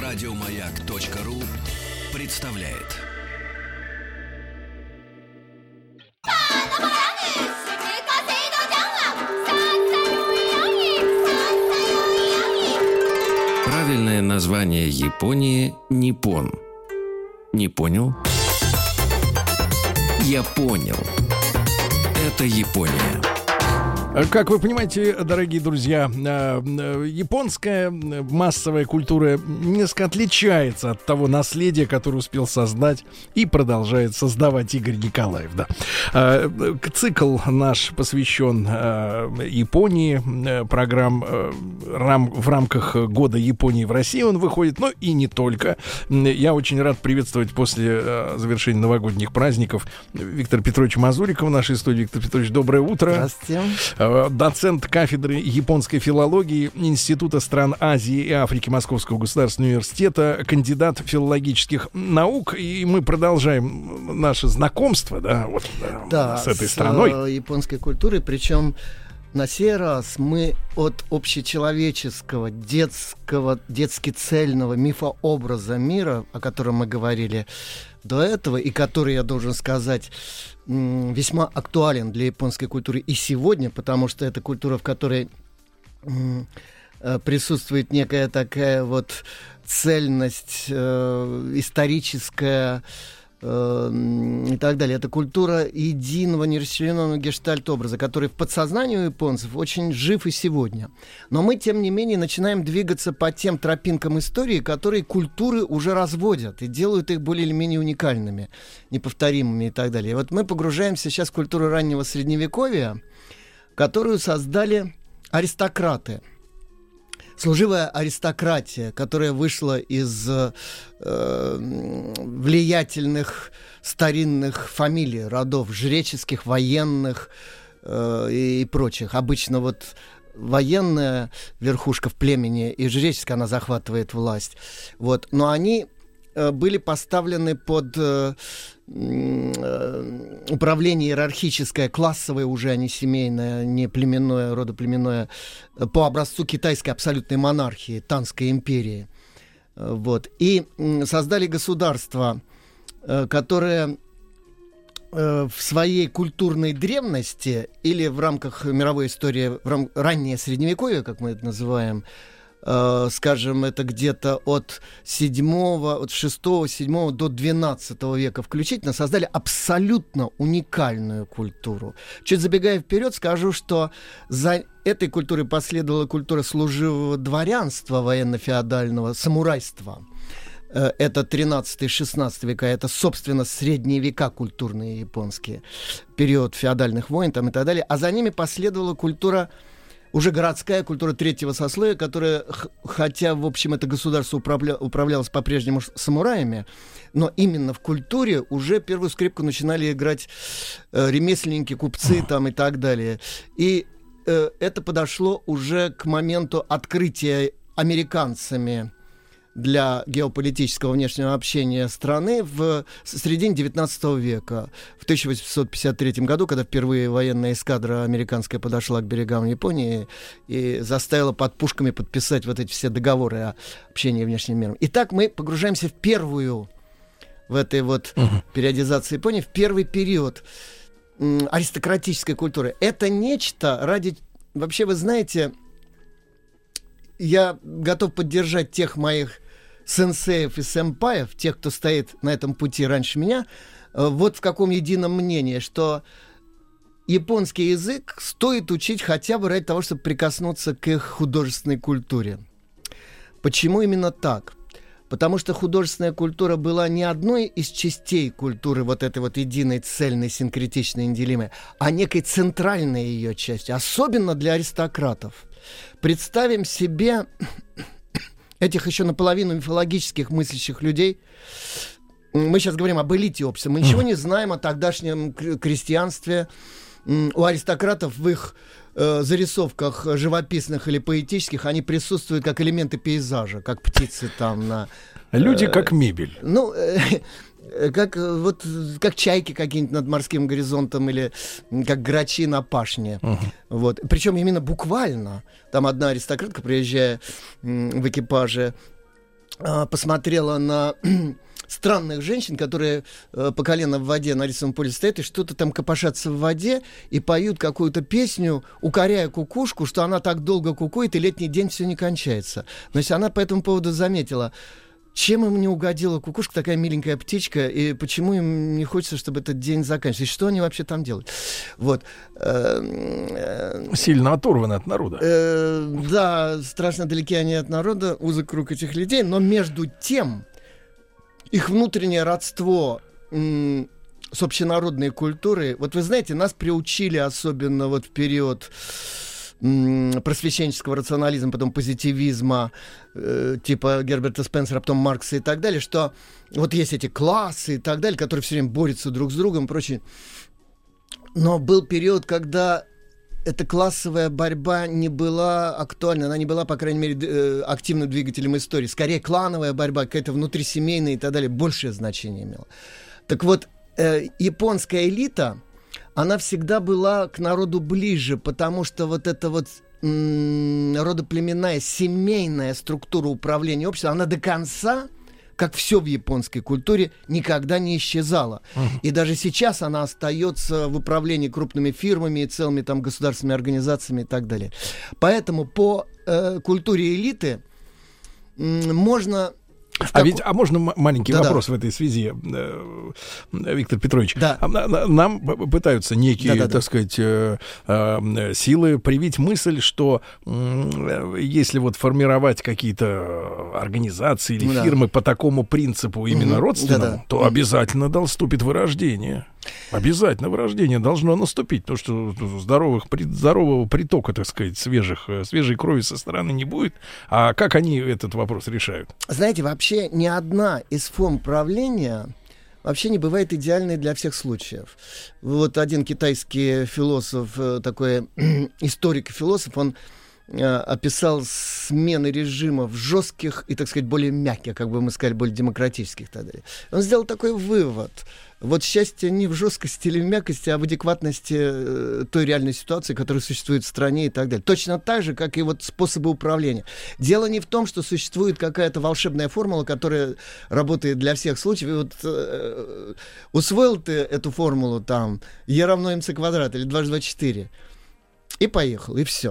Радиомаяк.ру представляет. Правильное название Японии – Ниппон. Не понял? Я понял. Это Япония. Как вы понимаете, дорогие друзья, японская массовая культура несколько отличается от того наследия, которое успел создать и продолжает создавать Игорь Николаев. Да. Цикл наш посвящен Японии, программ в рамках года Японии в России он выходит, но и не только. Я очень рад приветствовать после завершения новогодних праздников Виктора Петровича Мазурикова в нашей студии. Виктор Петрович, доброе утро. Здравствуйте. Доцент кафедры японской филологии Института стран Азии и Африки Московского государственного университета, кандидат филологических наук. И мы продолжаем наше знакомство, с этой страной. Японской культурой. Причем на сей раз мы от общечеловеческого, детски цельного мифообраза мира, о котором мы говорили до этого, и который, я должен сказать, весьма актуален для японской культуры и сегодня, потому что это культура, в которой присутствует некая такая вот цельность историческая и так далее. Это культура единого нерасчлененного гештальт-образа, который в подсознании у японцев очень жив и сегодня. Но мы, тем не менее, начинаем двигаться по тем тропинкам истории, которые культуры уже разводят и делают их более или менее уникальными, неповторимыми и так далее. И вот мы погружаемся сейчас в культуру раннего Средневековья, которую создали аристократы. Служивая аристократия, которая вышла из влиятельных старинных фамилий, родов, жреческих, военных и прочих. Обычно вот военная верхушка в племени и жреческая, она захватывает власть. Вот. Но они были поставлены под управление иерархическое, классовое уже, а не семейное, не племенное, родоплеменное, по образцу китайской абсолютной монархии, Танской империи. Вот. И создали государство, которое в своей культурной древности или в рамках мировой истории, раннее Средневековье, как мы это называем, скажем, это где-то от 6-7 до 12 века включительно, создали абсолютно уникальную культуру. Чуть забегая вперед, скажу, что за этой культурой последовала культура служивого дворянства, военно-феодального, самурайства. Это 13-16 века, это, собственно, средние века культурные японские, период феодальных войн там, и так далее. А за ними последовала культура, уже городская культура третьего сословия, которая, хотя, в общем, это государство управлялось по-прежнему самураями, но именно в культуре уже первую скрипку начинали играть ремесленники, купцы там, и так далее. И это подошло уже к моменту открытия американцами для геополитического внешнего общения страны в середине XIX века. В 1853 году, когда впервые военная эскадра американская подошла к берегам Японии и заставила под пушками подписать вот эти все договоры о общении внешним миром. Итак, мы погружаемся в первую, в этой вот периодизации Японии, в первый период аристократической культуры. Это нечто ради... Вообще, вы знаете, я готов поддержать тех моих сенсеев и сэмпаев, тех, кто стоит на этом пути раньше меня, вот в каком едином мнении, что японский язык стоит учить хотя бы ради того, чтобы прикоснуться к их художественной культуре. Почему именно так? Потому что художественная культура была не одной из частей культуры, вот этой вот единой, цельной, синкретичной, неделимой, а некой центральной ее частью, особенно для аристократов. Представим себе этих еще наполовину мифологических мыслящих людей. Мы сейчас говорим об элите общества. Мы ничего не знаем о тогдашнем крестьянстве. У аристократов в их зарисовках живописных или поэтических они присутствуют как элементы пейзажа, как птицы там на... Люди как мебель. Как чайки какие-нибудь над морским горизонтом или как грачи на пашне. Вот. Причем именно буквально. Там одна аристократка, приезжая в экипаже посмотрела на странных женщин, которые по колено в воде на рисовом поле стоят и что-то там копошатся в воде и поют какую-то песню, укоряя кукушку, что она так долго кукует, и летний день все не кончается. Значит, она по этому поводу заметила, чем им не угодила кукушка, такая миленькая птичка, и почему им не хочется, чтобы этот день заканчивался, и что они вообще там делают. Вот. Сильно оторваны от народа. Да, страшно далеки они от народа, узок круг этих людей, но между тем их внутреннее родство с общенародной культурой. Вот вы знаете, нас приучили, особенно вот в период просвещенческого рационализма, потом позитивизма, типа Герберта Спенсера, потом Маркса и так далее, что вот есть эти классы и так далее, которые все время борются друг с другом и прочее. Но был период, когда эта классовая борьба не была актуальна, она не была, по крайней мере, активным двигателем истории. Скорее, клановая борьба, какая-то внутрисемейная и так далее, большее значение имела. Так вот, японская элита, она всегда была к народу ближе, потому что вот эта вот родоплеменная, семейная структура управления обществом, она до конца, как все в японской культуре, никогда не исчезала. И даже сейчас она остается в управлении крупными фирмами и целыми там государственными организациями и так далее. Поэтому по культуре элиты можно... А можно маленький вопрос в этой связи, Виктор Петрович? Да. Нам пытаются некие, так сказать, силы привить мысль, что если вот формировать какие-то организации или фирмы по такому принципу именно родственному, то обязательно наступит вырождение. Обязательно вырождение должно наступить, потому что здорового притока, так сказать, свежей крови со стороны не будет. А как они этот вопрос решают? Знаете, вообще ни одна из форм правления вообще не бывает идеальной для всех случаев. Вот один китайский философ, такой историк и философ, он описал смены режимов жестких и, так сказать, более мягких, как бы мы сказали, более демократических и так далее. Он сделал такой вывод. Вот счастье не в жесткости или в мягкости, а в адекватности той реальной ситуации, которая существует в стране и так далее. Точно так же, как и вот способы управления. Дело не в том, что существует какая-то волшебная формула, которая работает для всех случаев. И вот усвоил ты эту формулу там, e равно mc квадрат или 2 × 4, и поехал, и все.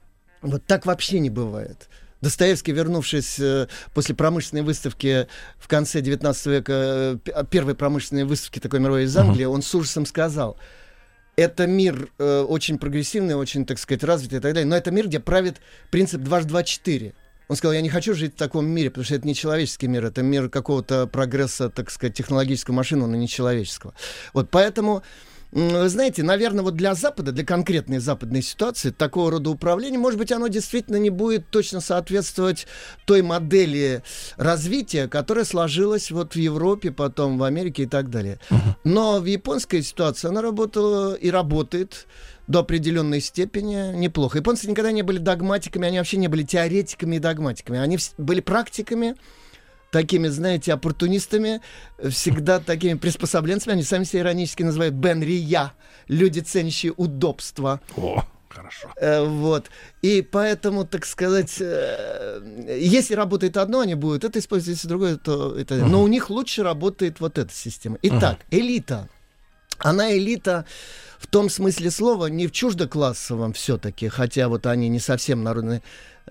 Вот так вообще не бывает. Достоевский, вернувшись после промышленной выставки в конце 19 века, первой промышленной выставки такой мировой из Англии, он с ужасом сказал, это мир очень прогрессивный, очень, так сказать, развитый и так далее, но это мир, где правит принцип 2 × 2 = 4. Он сказал, я не хочу жить в таком мире, потому что это не человеческий мир, это мир какого-то прогресса, так сказать, технологического машины, но не человеческого. Вот поэтому... Вы знаете, наверное, вот для Запада, для конкретной западной ситуации, такого рода управление, может быть, оно действительно не будет точно соответствовать той модели развития, которая сложилась вот в Европе, потом в Америке и так далее. Но в японской ситуации она работала и работает до определенной степени неплохо. Японцы никогда не были догматиками, они вообще не были теоретиками и догматиками. Они были практиками, такими, знаете, оппортунистами, всегда такими приспособленцами. Они сами себя иронически называют бен-рия, люди, ценящие удобства. О, хорошо. Вот. И поэтому, так сказать, если работает одно, они будут это использовать, если другое, то это... Но у них лучше работает вот эта система. Итак, элита. Она элита в том смысле слова, не в чуждоклассовом все-таки, хотя вот они не совсем народная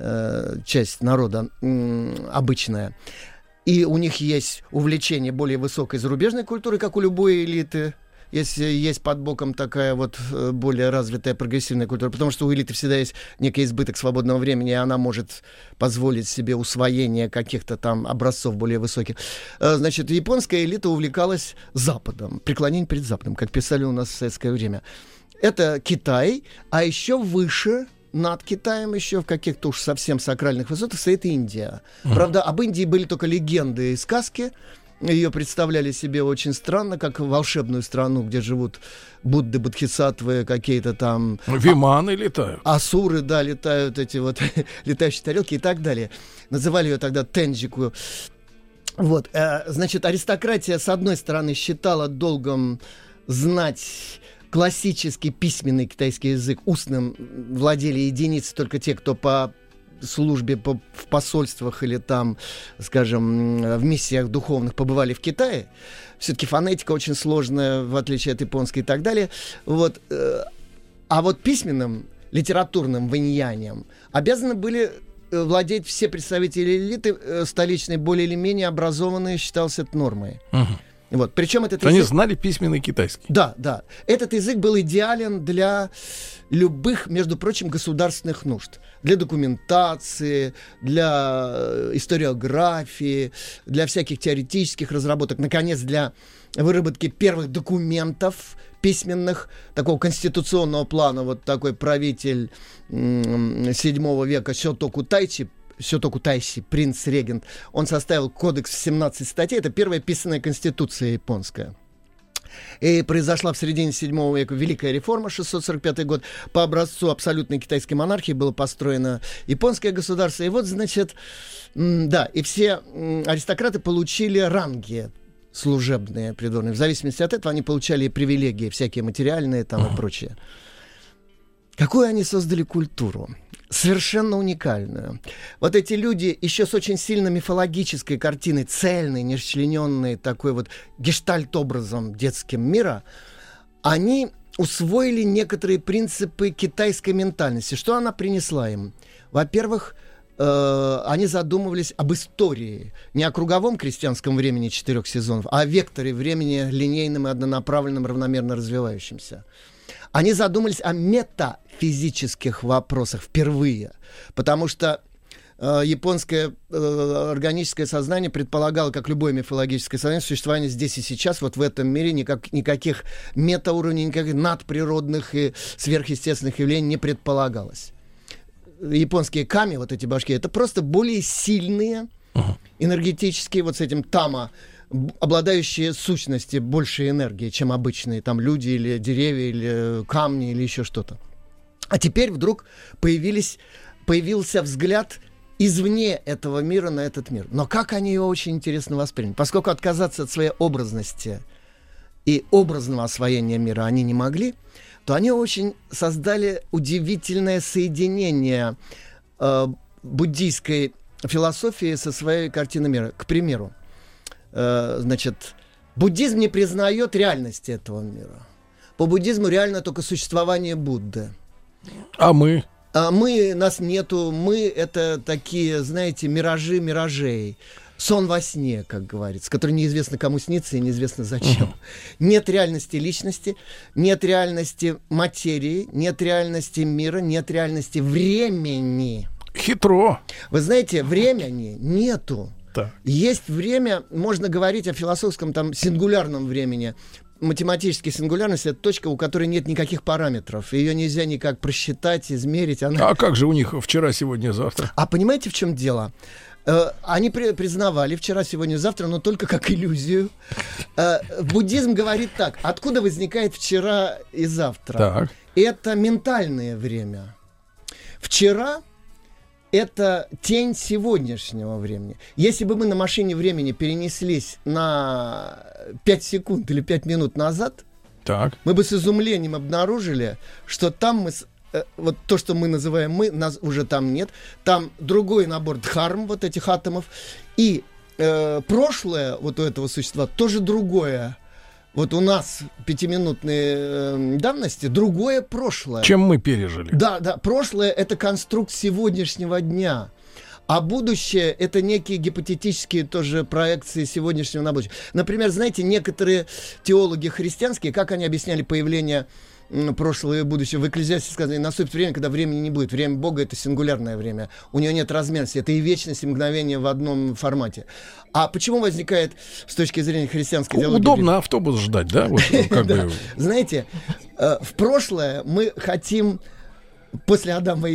часть народа обычная. И у них есть увлечение более высокой зарубежной культуры, как у любой элиты, если есть под боком такая вот более развитая прогрессивная культура, потому что у элиты всегда есть некий избыток свободного времени, и она может позволить себе усвоение каких-то там образцов более высоких. Значит, японская элита увлекалась Западом, преклонением перед Западом, как писали у нас в советское время. Это Китай, а еще выше... Над Китаем еще в каких-то уж совсем сакральных высотах стоит Индия. Правда, об Индии были только легенды и сказки. Ее представляли себе очень странно, как волшебную страну, где живут Будды, бодхисаттвы, какие-то там... Виманы летают. Асуры, да, летают эти вот летающие тарелки и так далее. Называли ее тогда Тенджику. Вот, значит, аристократия, с одной стороны, считала долгом знать... Классический письменный китайский язык, устным владели единицы, только те, кто по службе в посольствах или там, скажем, в миссиях духовных побывали в Китае. Все-таки фонетика очень сложная, в отличие от японской и так далее. Вот. А вот письменным, литературным вэньянием обязаны были владеть все представители элиты столичной, более или менее образованные, считалось это нормой. Вот. Причем этот язык... Они знали письменный китайский. Да, да. Этот язык был идеален для любых, между прочим, государственных нужд. Для документации, для историографии, для всяких теоретических разработок. Наконец, для выработки первых документов письменных, такого конституционного плана. Вот такой правитель 7 века Сётоку Тайси, принц-регент, он составил кодекс в 17 статей. Это первая писанная конституция японская. И произошла в середине 7 века Великая реформа, 645 год. По образцу абсолютной китайской монархии было построено японское государство. И вот, значит, да, и все аристократы получили ранги служебные, придворные. В зависимости от этого они получали и привилегии всякие материальные там и прочее. Какую они создали культуру? Совершенно уникальную. Вот эти люди еще с очень сильно мифологической картиной, цельной, нерасчлененной, такой вот гештальт-образом детским мира, они усвоили некоторые принципы китайской ментальности. Что она принесла им? Во-первых, они задумывались об истории. Не о круговом крестьянском времени 4 сезонов, а о векторе времени линейном и однонаправленном, равномерно развивающемся. Они задумались о метафизических вопросах впервые, потому что японское органическое сознание предполагало, как любое мифологическое сознание, существование здесь и сейчас, вот в этом мире никаких метауровней, никаких надприродных и сверхъестественных явлений не предполагалось. Японские ками, вот эти башки, это просто более сильные энергетические, вот с этим тама, обладающие сущности большей энергии, чем обычные там люди или деревья, или камни, или еще что-то. А теперь вдруг появился взгляд извне этого мира на этот мир. Но как они его очень интересно восприняли. Поскольку отказаться от своей образности и образного освоения мира они не могли, то они очень создали удивительное соединение буддийской философии со своей картиной мира. К примеру, значит, буддизм не признает реальности этого мира. По буддизму реально только существование Будды. А мы? А мы, нас нету, мы это такие, знаете, миражи миражей. Сон во сне, как говорится, который неизвестно кому снится и неизвестно зачем. Нет реальности личности, нет реальности материи, нет реальности мира, нет реальности времени. Хитро. Вы знаете, времени нету. Так. Есть время, можно говорить о философском там сингулярном времени. Математическая сингулярность — это точка, у которой нет никаких параметров. Ее нельзя никак просчитать, измерить. А как же у них вчера, сегодня, завтра? А понимаете, в чем дело? Они признавали вчера, сегодня, завтра, но только как иллюзию. Буддизм говорит так: откуда возникает вчера и завтра? Так. Это ментальное время. Вчера — это тень сегодняшнего времени. Если бы мы на машине времени перенеслись на 5 секунд или 5 минут назад, так, мы бы с изумлением обнаружили, что там мы... вот то, что мы называем мы, нас уже там нет. Там другой набор дхарм, вот этих атомов. И прошлое вот у этого существа тоже другое. Вот у нас 5-минутной давности другое прошлое. Чем мы пережили. Да, да. Прошлое — это конструкт сегодняшнего дня. А будущее — это некие гипотетические тоже проекции сегодняшнего на будущее. Например, знаете, некоторые теологи христианские, как они объясняли появление прошлого и будущего? В Экклезиасте сказано: наступит время, когда времени не будет. Время Бога — это сингулярное время. У него нет размерности. Это и вечность, и мгновение в одном формате. А почему возникает с точки зрения христианской теологии? Удобно автобус ждать, да? Вот, как бы... Знаете, в прошлое мы хотим после Адама и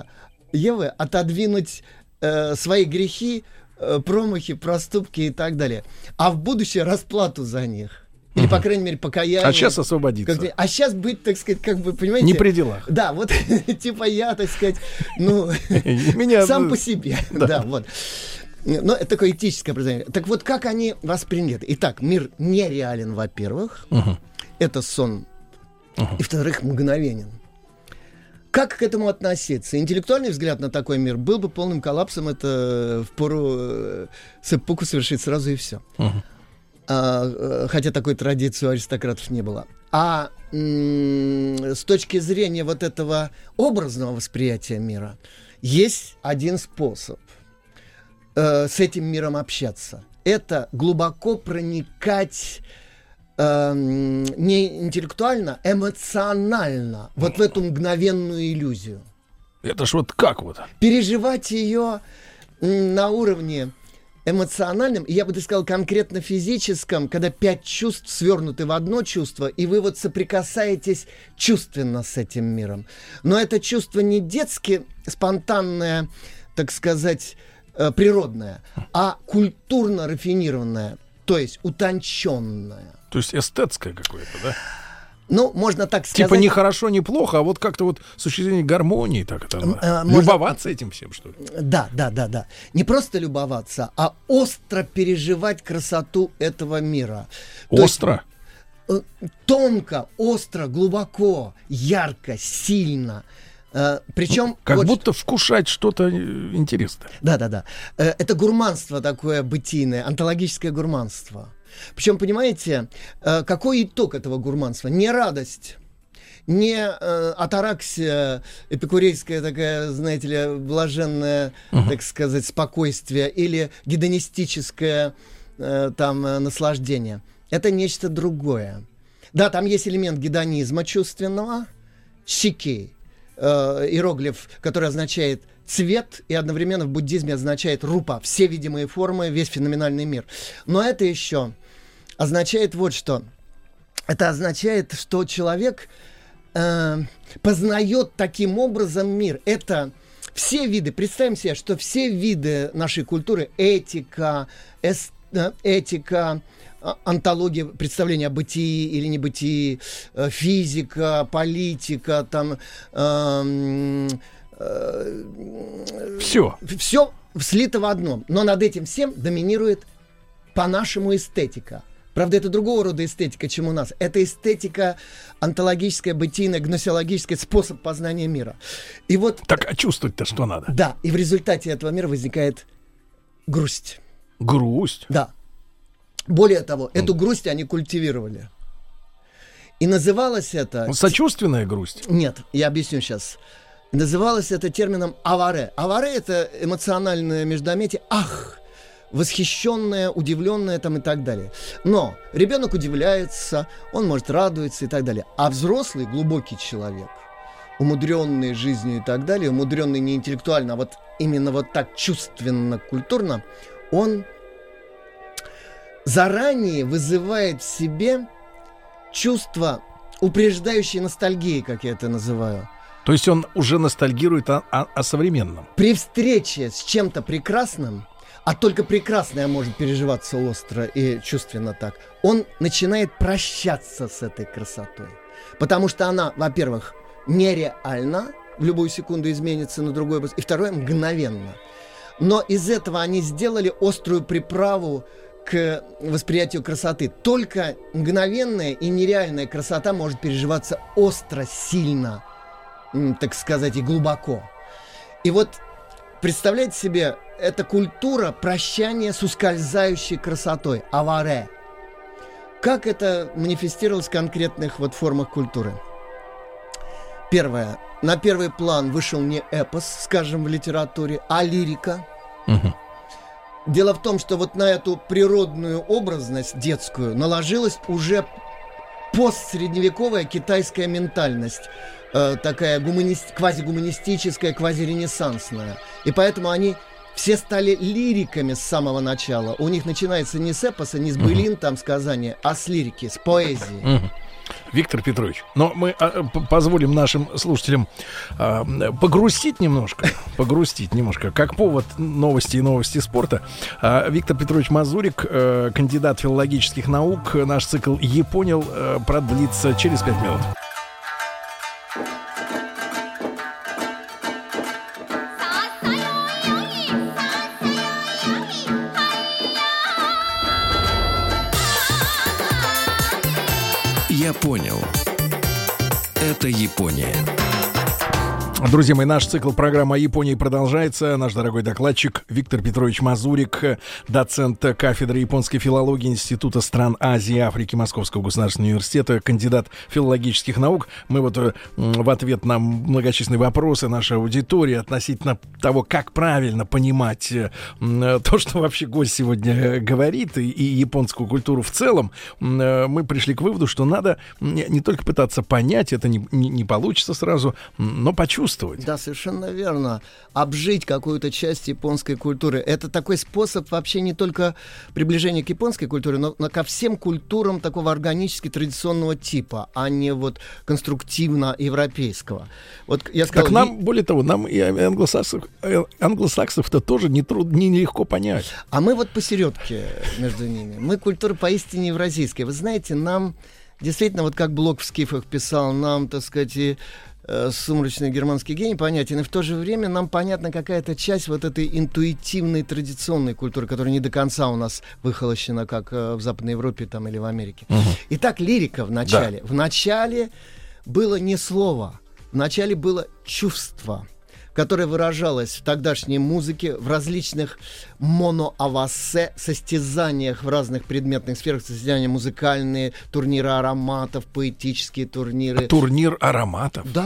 Евы отодвинуть свои грехи, промахи, проступки и так далее. А в будущее расплату за них. Или, по крайней мере, покаяние. А сейчас освободиться. А сейчас быть, так сказать, как бы, понимаете... Не при делах. Да, вот, типа я, так сказать, ну, сам по себе. Да, вот. Но это такое этическое определение. Так вот, как они восприняли это? Итак, мир нереален, во-первых. Это сон. И, во-вторых, мгновенен. Как к этому относиться? Интеллектуальный взгляд на такой мир был бы полным коллапсом, это впору сэппуку совершить сразу и все. Хотя такой традиции у аристократов не было. А с точки зрения вот этого образного восприятия мира, есть один способ с этим миром общаться. Это глубоко проникать не интеллектуально, эмоционально вот в эту мгновенную иллюзию. Это ж вот как вот? Переживать ее на уровне эмоциональном, и я бы сказал конкретно физическом, когда 5 чувств свернуты в одно чувство, и вы вот соприкасаетесь чувственно с этим миром. Но это чувство не детски спонтанное, так сказать, природное, а культурно рафинированное, то есть утонченное. То есть эстетское какое-то, да? Ну, можно так сказать. Типа не хорошо, не плохо, а вот как-то вот с точки зрения гармонии так это любоваться этим всем, что ли? Да. Не просто любоваться, а остро переживать красоту этого мира. Остро? Тонко, остро, глубоко, ярко, сильно. Причем как вот будто вкушать что-то интересное. Да. Это гурманство такое бытийное, онтологическое гурманство. Причем, понимаете, какой итог этого гурманства? Не радость, не атараксия, эпикурейская такая, знаете ли, блаженное, так сказать, спокойствие, или гедонистическое там наслаждение. Это нечто другое. Да, там есть элемент гедонизма чувственного, щеки, иероглиф, который означает цвет, и одновременно в буддизме означает рупа, все видимые формы, весь феноменальный мир. Но это еще означает вот что. Это означает, что человек познает таким образом мир. Это все виды, представим себе, что все виды нашей культуры, этика, онтология, представление о бытии или небытии, физика, политика, там... Все слито в одном. Но над этим всем доминирует по-нашему эстетика. Правда, это другого рода эстетика, чем у нас. Это эстетика онтологическая, бытийная, гносеологическая, способ познания мира. И вот... Так, а чувствовать-то что надо? Да, и в результате этого мира возникает грусть. Грусть? Да. Более того, эту грусть они культивировали. И называлось это... Сочувственная грусть? Нет, я объясню сейчас. Называлось это термином аваре. Аваре — это эмоциональное междометие. Ах! Восхищенное, удивленное там и так далее. Но ребенок удивляется, он может радоваться и так далее. А взрослый, глубокий человек, умудренный жизнью и так далее, умудренный не интеллектуально, а вот именно вот так чувственно, культурно, он заранее вызывает в себе чувство упреждающей ностальгии, как я это называю. То есть он уже ностальгирует о современном. При встрече с чем-то прекрасным, а только прекрасное может переживаться остро и чувственно так, он начинает прощаться с этой красотой. Потому что она, во-первых, нереальна, в любую секунду изменится на другой образ, и второе, мгновенно. Но из этого они сделали острую приправу к восприятию красоты. Только мгновенная и нереальная красота может переживаться остро, сильно, так сказать, и глубоко. И вот представляете себе, это культура прощания с ускользающей красотой, аваре. Как это манифестировалось в конкретных вот формах культуры? Первое. На первый план вышел не эпос, скажем, в литературе, а лирика. Дело в том, что вот на эту природную образность детскую наложилась уже постсредневековая китайская ментальность, такая квазигуманистическая, квазиренессансная. И поэтому они все стали лириками с самого начала. У них начинается не с эпоса, не с былин, там сказания, а с лирики, с поэзии. Виктор Петрович, но мы позволим нашим слушателям погрустить немножко, как повод новости спорта. Виктор Петрович Мазурик, кандидат филологических наук. Наш цикл «Японил» продлится через 5 минут. Я понял. Это Япония. Друзья мои, наш цикл программы о Японии продолжается. Наш дорогой докладчик Виктор Петрович Мазурик, доцент кафедры японской филологии Института стран Азии и Африки Московского государственного университета, кандидат филологических наук. Мы вот в ответ на многочисленные вопросы нашей аудитории относительно того, как правильно понимать то, что вообще гость сегодня говорит, и японскую культуру в целом, мы пришли к выводу, что надо не только пытаться понять, это не получится сразу, но почувствовать. Да, совершенно верно. Обжить какую-то часть японской культуры. Это такой способ вообще не только приближения к японской культуре, но ко всем культурам такого органически традиционного типа, а не вот конструктивно-европейского. Вот я сказал, так нам, более того, нам и англосаксов-то тоже нелегко понять. А мы вот посередке между ними. Мы культура поистине евразийская. Вы знаете, нам действительно, вот как Блок в «Скифах» писал, нам, так сказать, и сумрачный германский гений понятен, и в то же время нам понятна какая-то часть вот этой интуитивной традиционной культуры, которая не до конца у нас выхолощена, как в Западной Европе там, или в Америке. Итак, лирика в начале. Да. В начале было не слово, в начале было чувство, которое выражалось в тогдашней музыке, в различных моноавасе, состязаниях в разных предметных сферах, состязания музыкальные, турниры ароматов, поэтические турниры. Турнир ароматов? Да.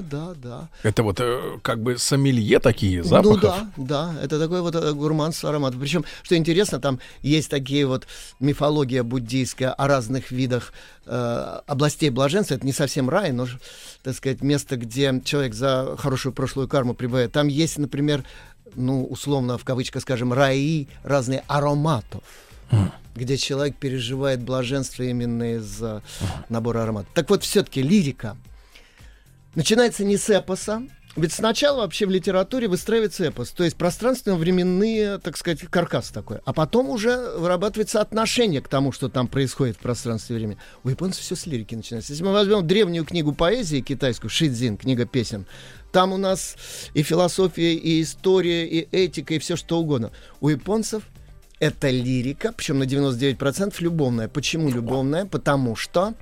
Это вот как бы сомелье такие запахов? Ну да, это такое вот гурманство ароматов. Причем, что интересно, там есть такие вот мифология буддийская о разных видах областей блаженства. Это не совсем рай, но, так сказать, место, где человек за хорошую прошлую карму пребывает. Там есть, например, ну, условно, в кавычках скажем, раи разные ароматов, где человек переживает блаженство именно из набора ароматов. Так вот, все-таки лирика начинается не с эпоса, ведь сначала вообще в литературе выстраивается эпос, то есть пространственно-временные, так сказать, каркас такой, а потом уже вырабатывается отношение к тому, что там происходит в пространстве и времени. У японцев все с лирики начинается. Если мы возьмем древнюю книгу поэзии китайскую, Шидзин, книга песен, там у нас и философия, и история, и этика, и все что угодно. У японцев это лирика, причем на 99% любовная. Почему любовная? Потому что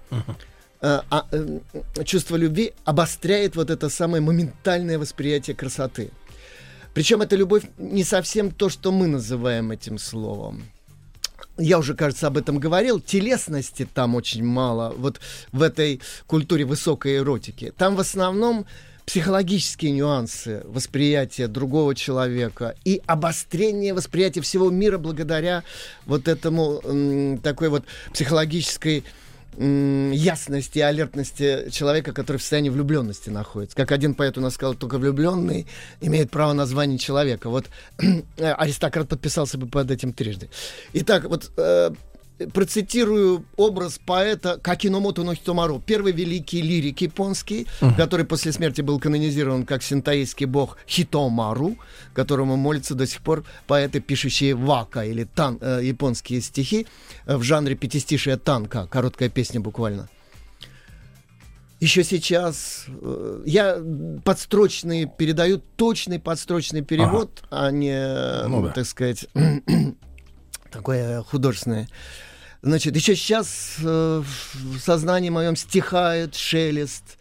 чувство любви обостряет вот это самое моментальное восприятие красоты. Причем эта любовь не совсем то, что мы называем этим словом. Я уже, кажется, об этом говорил. Телесности там очень мало, вот в этой культуре высокой эротики. Там в основном психологические нюансы восприятия другого человека и обострение восприятия всего мира благодаря вот этому такой вот психологической ясности и алертности человека, который в состоянии влюбленности находится. Как один поэт у нас сказал, только влюбленный имеет право на звание человека. Вот аристократ подписался бы под этим трижды. Итак, вот процитирую образ поэта Какиномото но Хитомаро, первый великий лирик японский, который после смерти был канонизирован как синтоистский бог Хитомару, которому молятся до сих пор поэты, пишущие вака или японские стихи в жанре пятистишия танка, короткая песня буквально. Еще сейчас я подстрочный передаю, точный подстрочный перевод, а не, так сказать, такое художественное. Значит, еще сейчас в сознании моем стихает шелест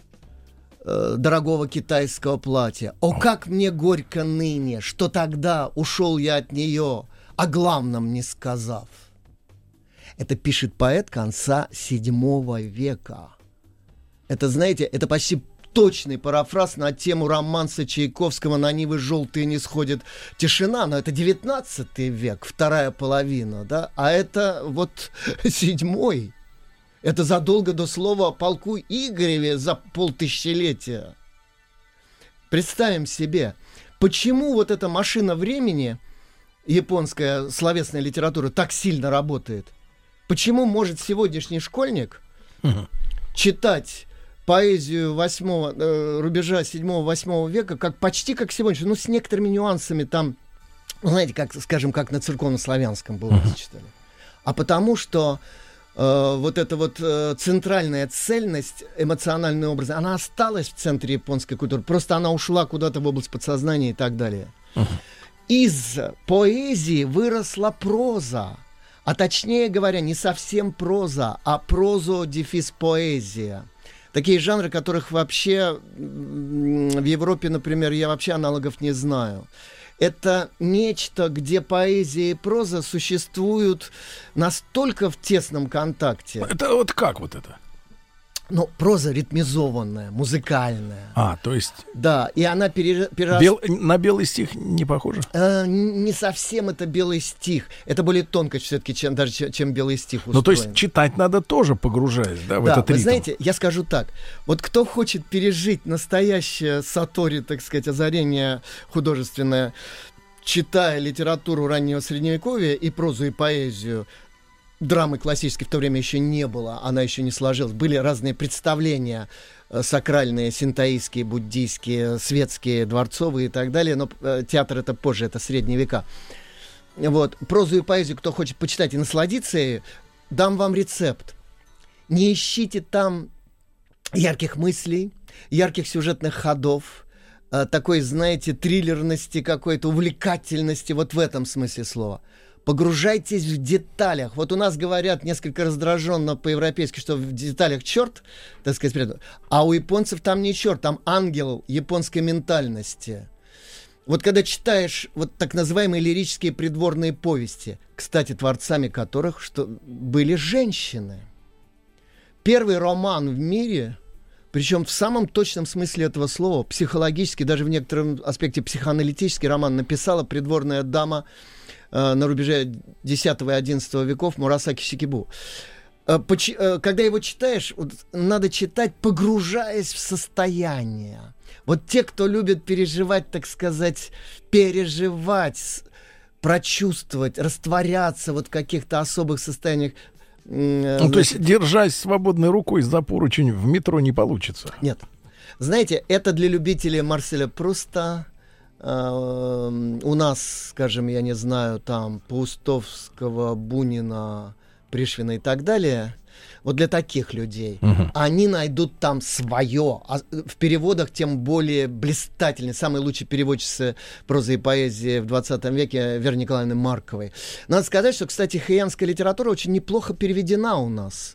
дорогого китайского платья. О, как мне горько ныне, что тогда ушел я от нее, о главном не сказав. Это пишет поэт конца VII века. Это, знаете, это почти точный парафраз на тему романса Чайковского «На нивы желтые не сходит тишина», но это 19 век, вторая половина, да, а это вот 7-й. Это задолго до слова о полку Игореве за полтысячелетия. Представим себе, почему вот эта машина времени, японская словесная литература, так сильно работает. Почему может сегодняшний школьник читать поэзию рубежа 7-8 века почти как сегодня, ну, с некоторыми нюансами там, знаете, как, скажем, как на церковно-славянском было читали. А потому что вот эта вот центральная цельность, эмоциональный образ, она осталась в центре японской культуры, просто она ушла куда-то в область подсознания и так далее. Из поэзии выросла проза, а точнее говоря, не совсем проза, а прозо-поэзия. Такие жанры, которых вообще в Европе, например, я вообще аналогов не знаю. Это нечто, где поэзия и проза существуют настолько в тесном контакте. Это вот как вот это? Ну, проза ритмизованная, музыкальная. То есть... Да, и она на белый стих не похоже? Не совсем это белый стих. Это более тонко все-таки, чем белый стих устроен. Ну, то есть читать надо тоже, погружаясь, в этот ритм. Вы знаете, я скажу так. Вот кто хочет пережить настоящее сатори, так сказать, озарение художественное, читая литературу раннего Средневековья и прозу, и поэзию, драмы классической в то время еще не было, она еще не сложилась. Были разные представления сакральные, синтоистские, буддийские, светские, дворцовые и так далее, но театр это позже, это средние века. Вот. Прозу и поэзию, кто хочет почитать и насладиться ею, дам вам рецепт. Не ищите там ярких мыслей, ярких сюжетных ходов, такой, знаете, триллерности какой-то, увлекательности, вот в этом смысле слова. Погружайтесь в деталях. Вот у нас говорят несколько раздраженно по-европейски, что в деталях черт, так сказать, а у японцев там не черт, там ангел японской ментальности. Вот когда читаешь вот так называемые лирические придворные повести, кстати, творцами которых были женщины. Первый роман в мире, причем в самом точном смысле этого слова, психологически, даже в некотором аспекте психоаналитический роман написала придворная дама на рубеже X и XI веков Мурасаки Сикибу. Когда его читаешь, надо читать, погружаясь в состояние. Вот те, кто любит переживать, так сказать, переживать, прочувствовать, растворяться вот в каких-то особых состояниях. То есть, держась свободной рукой за поручень, в метро не получится? Нет. Знаете, это для любителей Марселя Пруста. У нас, скажем, я не знаю, там Паустовского, Бунина, Пришвина и так далее. Вот для таких людей. Они найдут там свое. А в переводах тем более блистательные. Самые лучшие переводчицы прозы и поэзии в 20 веке Вера Николаевна Марковой. Надо сказать, что, кстати, хэйанская литература очень неплохо переведена у нас.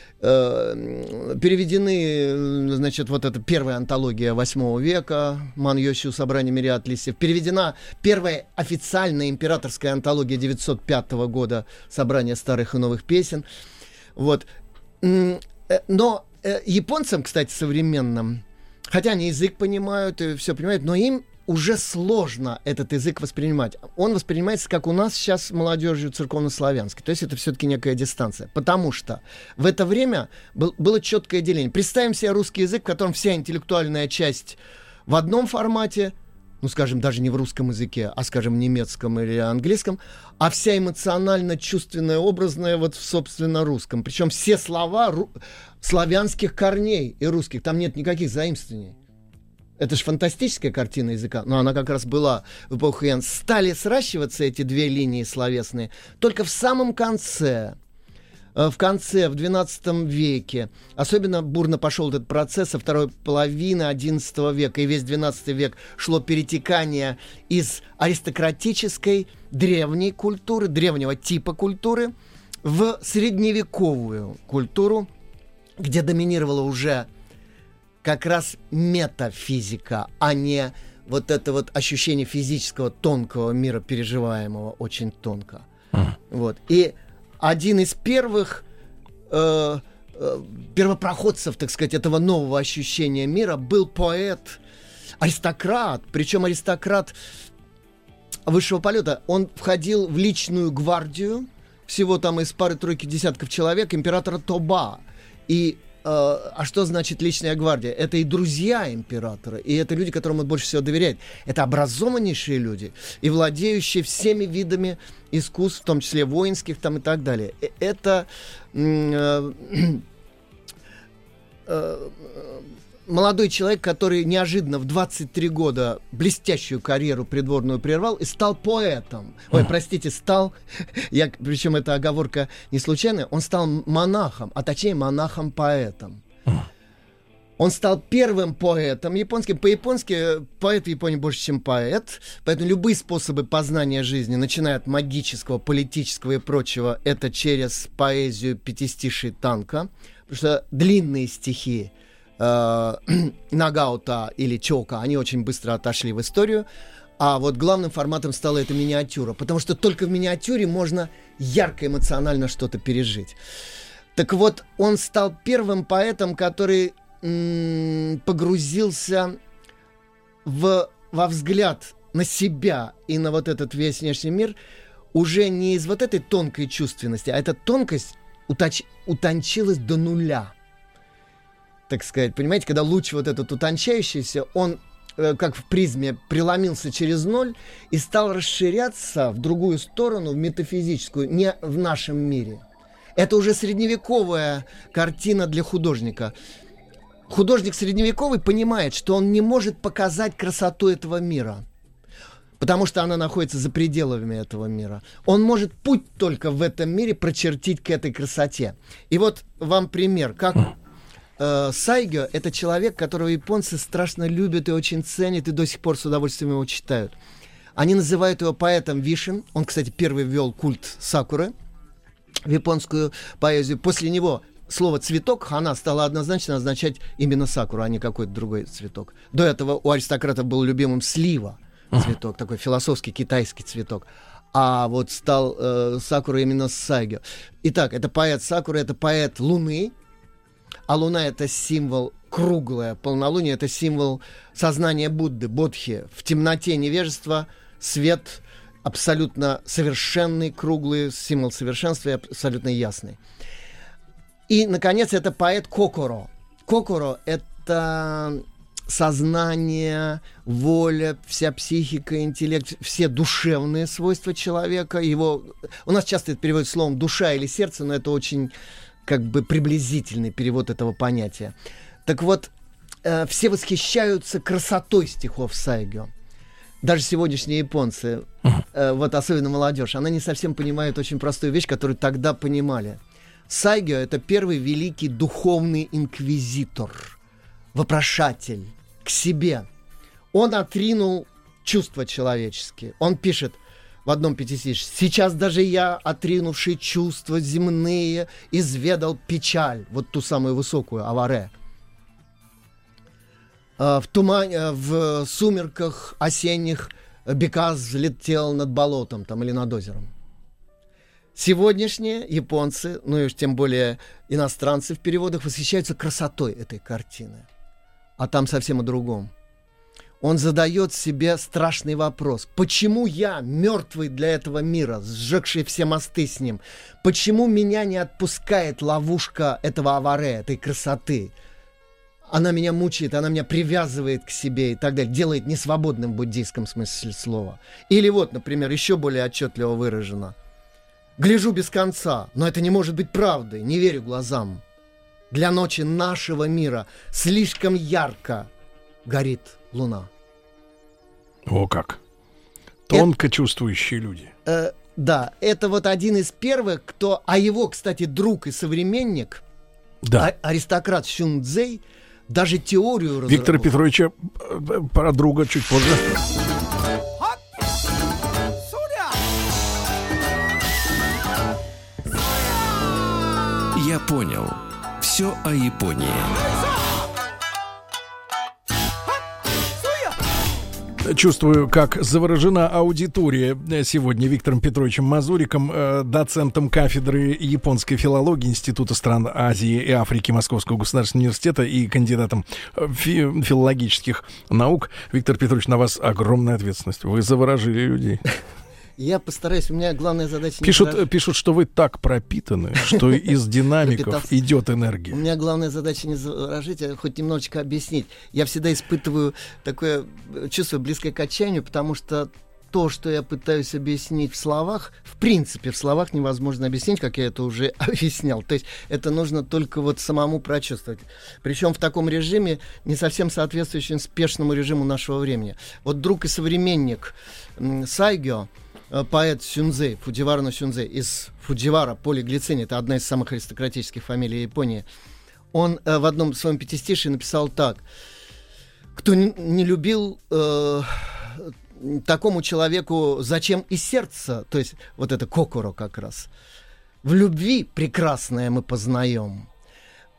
Переведены, значит, вот эта первая антология 8 века, Ман Йосю, собрание мириад листьев. Переведена первая официальная императорская антология 905 года, собрание старых и новых песен. Вот. Но японцам, кстати, современным, хотя они язык понимают и все понимают, но им уже сложно этот язык воспринимать. Он воспринимается, как у нас сейчас молодежью церковно-славянской. То есть это все-таки некая дистанция. Потому что в это время было четкое деление. Представим себе русский язык, в котором вся интеллектуальная часть в одном формате, ну, скажем, даже не в русском языке, а, скажем, в немецком или английском, а вся эмоционально-чувственная, образная вот в, собственно, русском. Причем все слова славянских корней и русских. Там нет никаких заимствований. Это же фантастическая картина языка, но она как раз была в эпоху Хэйан. Стали сращиваться эти две линии словесные только в самом конце. В конце, в XII веке. Особенно бурно пошел этот процесс со второй половины XI века. И весь XII век шло перетекание из аристократической древней культуры, древнего типа культуры, в средневековую культуру, где доминировала уже как раз метафизика, а не вот это вот ощущение физического тонкого мира, переживаемого очень тонко. Вот. И один из первых первопроходцев, так сказать, этого нового ощущения мира был поэт, аристократ, причем аристократ высшего полета. Он входил в личную гвардию, всего там из пары-тройки десятков человек, императора Тоба. И а что значит личная гвардия? Это и друзья императора, и это люди, которым он больше всего доверяет. Это образованнейшие люди и владеющие всеми видами искусств, в том числе воинских там и так далее. Это молодой человек, который неожиданно в 23 года блестящую карьеру придворную прервал и стал поэтом. Ой, простите, стал... Причем эта оговорка не случайная. Он стал монахом, а точнее монахом-поэтом. Он стал первым поэтом японским. По-японски поэт в Японии больше, чем поэт. Поэтому любые способы познания жизни, начиная от магического, политического и прочего, это через поэзию пятистишие танка. Потому что длинные стихи Нагаута или Чока, они очень быстро отошли в историю. А вот главным форматом стала эта миниатюра, потому что только в миниатюре можно ярко эмоционально что-то пережить. Так вот, он стал первым поэтом, который погрузился во взгляд на себя и на вот этот весь внешний мир уже не из вот этой тонкой чувственности, а эта тонкость утончилась до нуля. Так сказать, понимаете, когда луч вот этот утончающийся, он как в призме преломился через ноль и стал расширяться в другую сторону, в метафизическую, не в нашем мире. Это уже средневековая картина для художника. Художник средневековый понимает, что он не может показать красоту этого мира, потому что она находится за пределами этого мира. Он может путь только в этом мире прочертить к этой красоте. И вот вам пример, как Сайгё — это человек, которого японцы страшно любят и очень ценят, и до сих пор с удовольствием его читают. Они называют его поэтом Вишен. Он, кстати, первый ввел культ сакуры в японскую поэзию. После него слово «цветок» хана стало однозначно означать именно сакуру, а не какой-то другой цветок. До этого у аристократов был любимым слива цветок, такой философский китайский цветок. А вот стал сакура именно с Сайгё. Итак, это поэт сакуры, это поэт луны. А луна — это символ круглое, полнолуние — это символ сознания Будды, бодхи. В темноте невежества свет абсолютно совершенный, круглый, символ совершенства и абсолютно ясный. И, наконец, это поэт Кокоро. Кокоро — это сознание, воля, вся психика, интеллект, все душевные свойства человека. У нас часто это переводят словом «душа» или «сердце», но это очень как бы приблизительный перевод этого понятия. Так вот, все восхищаются красотой стихов Сайгё. Даже сегодняшние японцы, вот особенно молодежь, она не совсем понимает очень простую вещь, которую тогда понимали. Сайгё — это первый великий духовный инквизитор, вопрошатель к себе. Он отринул чувства человеческие. Он пишет в одном пятистишье: «Сейчас даже я, отринувший чувства земные, изведал печаль», вот ту самую высокую, аваре. В тумане, в сумерках осенних бекас взлетел над болотом там, или над озером. Сегодняшние японцы, ну и уж тем более иностранцы в переводах, восхищаются красотой этой картины. А там совсем о другом. Он задает себе страшный вопрос. Почему я, мертвый для этого мира, сжегший все мосты с ним, почему меня не отпускает ловушка этого аваре, этой красоты? Она меня мучает, она меня привязывает к себе и так далее, делает несвободным в буддийском смысле слова. Или вот, например, еще более отчетливо выражено. Гляжу без конца, но это не может быть правдой, не верю глазам. Для ночи нашего мира слишком ярко горит луна. О как! Тонко чувствующие люди. Да, это вот один из первых, кто... А его, кстати, друг и современник, да. Аристократ Сюн Цзэй, даже теорию разработал. Виктора Петровича про друга чуть позже. Я понял. Все о Японии. Чувствую, как заворожена аудитория сегодня Виктором Петровичем Мазуриком, доцентом кафедры японской филологии Института стран Азии и Африки Московского государственного университета и кандидатом филологических наук. Виктор Петрович, на вас огромная ответственность. Вы заворожили людей. Я постараюсь, у меня главная задача... Пишут, что вы так пропитаны, что из динамиков идет энергия. У меня главная задача не заворожить, а хоть немножечко объяснить. Я всегда испытываю такое чувство, близкое к отчаянию, потому что то, что я пытаюсь объяснить в словах, в принципе, в словах невозможно объяснить, как я это уже объяснял. То есть это нужно только вот самому прочувствовать. Причем в таком режиме, не совсем соответствующем спешному режиму нашего времени. Вот друг и современник Сайгё, поэт Сюнзэй, Фудзивара но Сюнзэй, из Фудзивара, полиглицин, это одна из самых аристократических фамилий Японии. Он в одном своем пятистишии написал так: «Кто не любил такому человеку зачем и сердце», то есть вот это кокоро как раз. «В любви прекрасное мы познаем,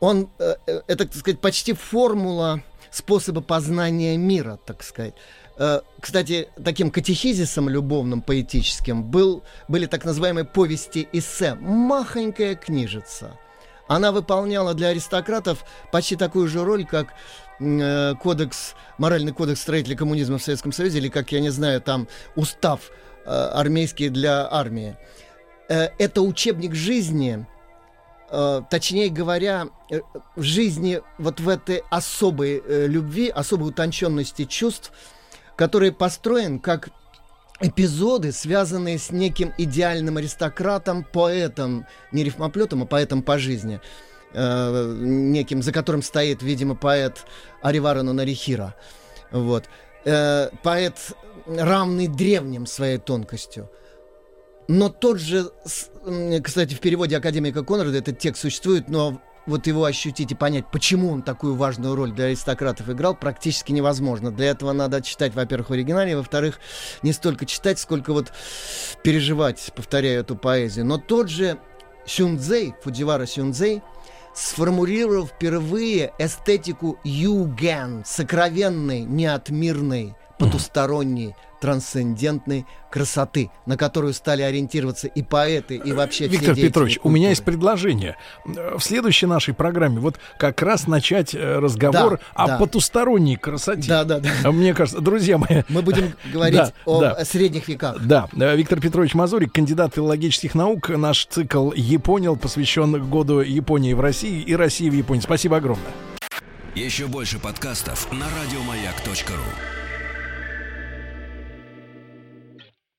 это, так сказать, почти формула способа познания мира, так сказать. Кстати, таким катехизисом любовным, поэтическим были так называемые повести-эссе. Махонькая книжица. Она выполняла для аристократов почти такую же роль, как моральный кодекс строителей коммунизма в Советском Союзе, или, как, я не знаю, там, устав армейский для армии. Это учебник жизни, точнее говоря, в жизни вот в этой особой любви, особой утонченности чувств, который построен как эпизоды, связанные с неким идеальным аристократом, поэтом, не рифмоплетом, а поэтом по жизни, неким, за которым стоит, видимо, поэт Ариварану Нарихира. Вот. Поэт, равный древним своей тонкостью. Но тот же, кстати, в переводе академика Конрада этот текст существует, но вот его ощутить и понять, почему он такую важную роль для аристократов играл, практически невозможно. Для этого надо читать, во-первых, в оригинале, во-вторых, не столько читать, сколько вот переживать, повторяю, эту поэзию. Но тот же Сюнцзэй, Фудзивара Сюнцзэй, сформулировал впервые эстетику юген, сокровенной, неотмирной, потусторонней, трансцендентной красоты, на которую стали ориентироваться и поэты, и вообще все Виктор Петрович, культуры. у меня есть предложение. В следующей нашей программе вот как раз начать разговор о потусторонней красоте. Да. Мне кажется, друзья мои... Мы будем говорить о средних веках. Да, Виктор Петрович Мазурик, кандидат филологических наук. Наш цикл «Японил» посвящен году Японии в России и России в Японии. Спасибо огромное. Еще больше подкастов на радиомаяк.ру.